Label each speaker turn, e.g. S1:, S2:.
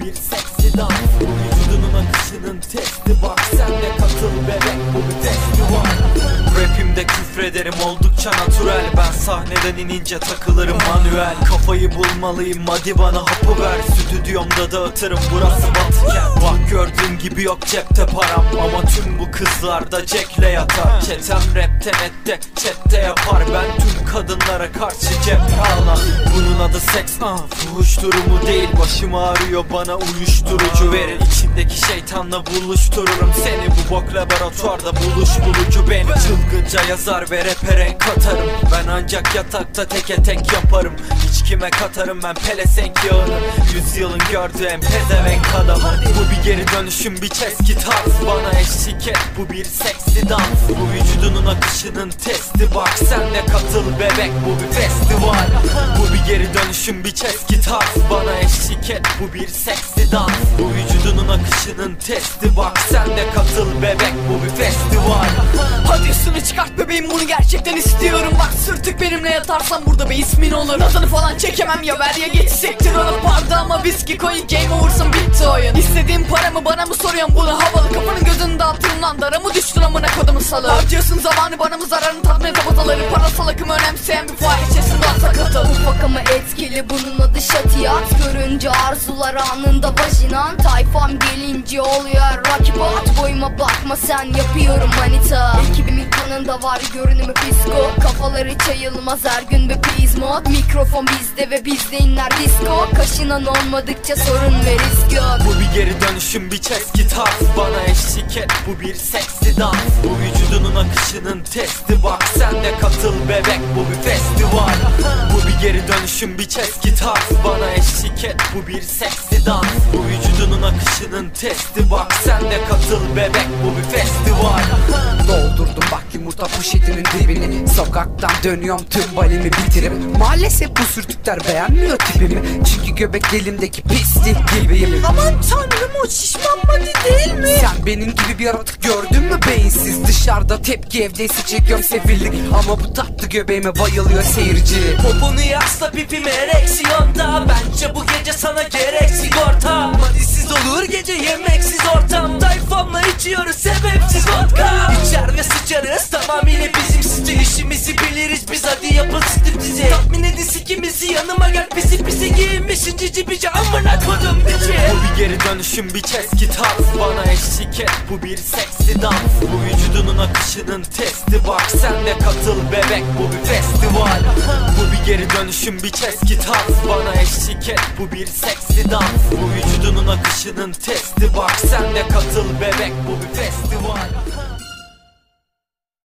S1: bir seksi dans. Bu vücudunun akışının testi, bak sen de katıl bebek, bu bir festival. Rapimde küfrederim oldukça natürel. Ben sahneden inince takılırım manuel. Kafayı bulmalıyım, hadi bana hapı ver. Stüdyomda dağıtırım, burası Batıkent. Bak gördüğün gibi yok cepte param, ama tüm bu kızlar da Jack'le yatar. Çetem rapte nette chatte yapar. Ben tüm kadınlara karşı cep alan. Bunun adı seks, fuhuş durumu değil. Başım ağrıyor, bana uyuşturucu verin. İçindeki şeytanla buluştururum seni. Bu bok laboratuvarda buluş bulucu beni. Çılgınca yazar ve rap'e renk katarım. Ben ancak yatakta teke tek yaparım. Hiç kime katarım ben pelesenk yağını. Yüzyılın gördüğü en pezevenk adamı. Bu bir geri dönüşüm, bir eski tarz. Bana eşlik et, bu bir seksi dans. Bu vücudunun akışının testi, bak sen de katıl bebek, bu bir festival. Bu bir geri dönüşüm, bir eski tarz. Bana eşlik et, bu bir seksi dans. Bu vücudunun akışının testi, bak sen de katıl bebek, bu bir festival.
S2: Hadi üstünü çıkart bebeğim, bunu gerçekten istiyorum. Bak sırtık benimle yatarsan burada bir ismin olur. Adını falan çekemem, ya ver ya geç siktir onu. Bardağıma viski koyun, game over'sın, bitti oyun. İstediğin paramı bana mı soruyorsun, bunu havalı. Kafanın gözünü dağıttın lan, dara mı düştün amına kodumu salı. Harcıyorsun zamanı, bana mı zararını tatmin tabataları. Parasal akımı önemseyen bir fahişesin, dansa katıl.
S3: Ufak ama etkili, bunun adı şatiyat. Görünce arzular anında vajinan. Tayfam gelince oluyor rakip at. Boyuma bakma sen, yapıyorum manita. Ekibimin kanında var görünümü psiko. Kafaları çayılmaz her gün bir please mod. Mikrofon bizde ve bizde inler disco. Kaşınan olmadıkça sorun ve risk yok.
S1: Bu bir geri dönüşüm, bir eski tarz. Bana eşlik et, bu bir seksi dans. Bu vücudunun akışının testi, bak sen de katıl bebek, bu bir festival. Bu bir geri dönüşüm, bir eski tarz. Bana eşlik et, bu bir seksi dans. Bu vücudunun akışının testi, bak sen de katıl bebek, bu bir festival.
S4: Doldurdum bak yumurta poşetinin dibini. Sokaktan dönüyorum tüm balimi bitirip. Maalesef bu sürtükler beğenmiyor tipimi. Çünkü göbek elimdeki pislik gibiyim.
S2: Aman tanrım, o şişman body değil mi?
S4: Sen benim gibi bir yaratık gördün mü beyinsiz? Dışarıda tepki, evdeyse çekiyorum sefillik. Ama bu tatlı göbeğime bayılıyor seyirci.
S5: Poponu yasla pipime ereksiyonda. Bence bu gece sana gerek sigorta. Madisiz olur gece, yemeksiz ortam. Tayfamla içiyoruz sebepsiz vodka. İçer ve sıçarız, tamamıyla bizim stil. İşimizi biliriz biz, hadi yapın striptizi. Tatmin edin sikimizi, yanıma gel pisi pisi giyinmişin cici bici amına kodum bici.
S1: Bu bir geri dönüşüm, bir eski tarz. Bana eşlik et, bu bir seksi dans. Bu vücudunun akışının testi, bak sen de katıl bebek, bu bir festival. Bu bir geri dönüşüm, bir eski tarz. Bana eşlik et, bu bir seksi dans. Bu vücudunun akışının testi, bak sen de katıl bebek, bu bir festival.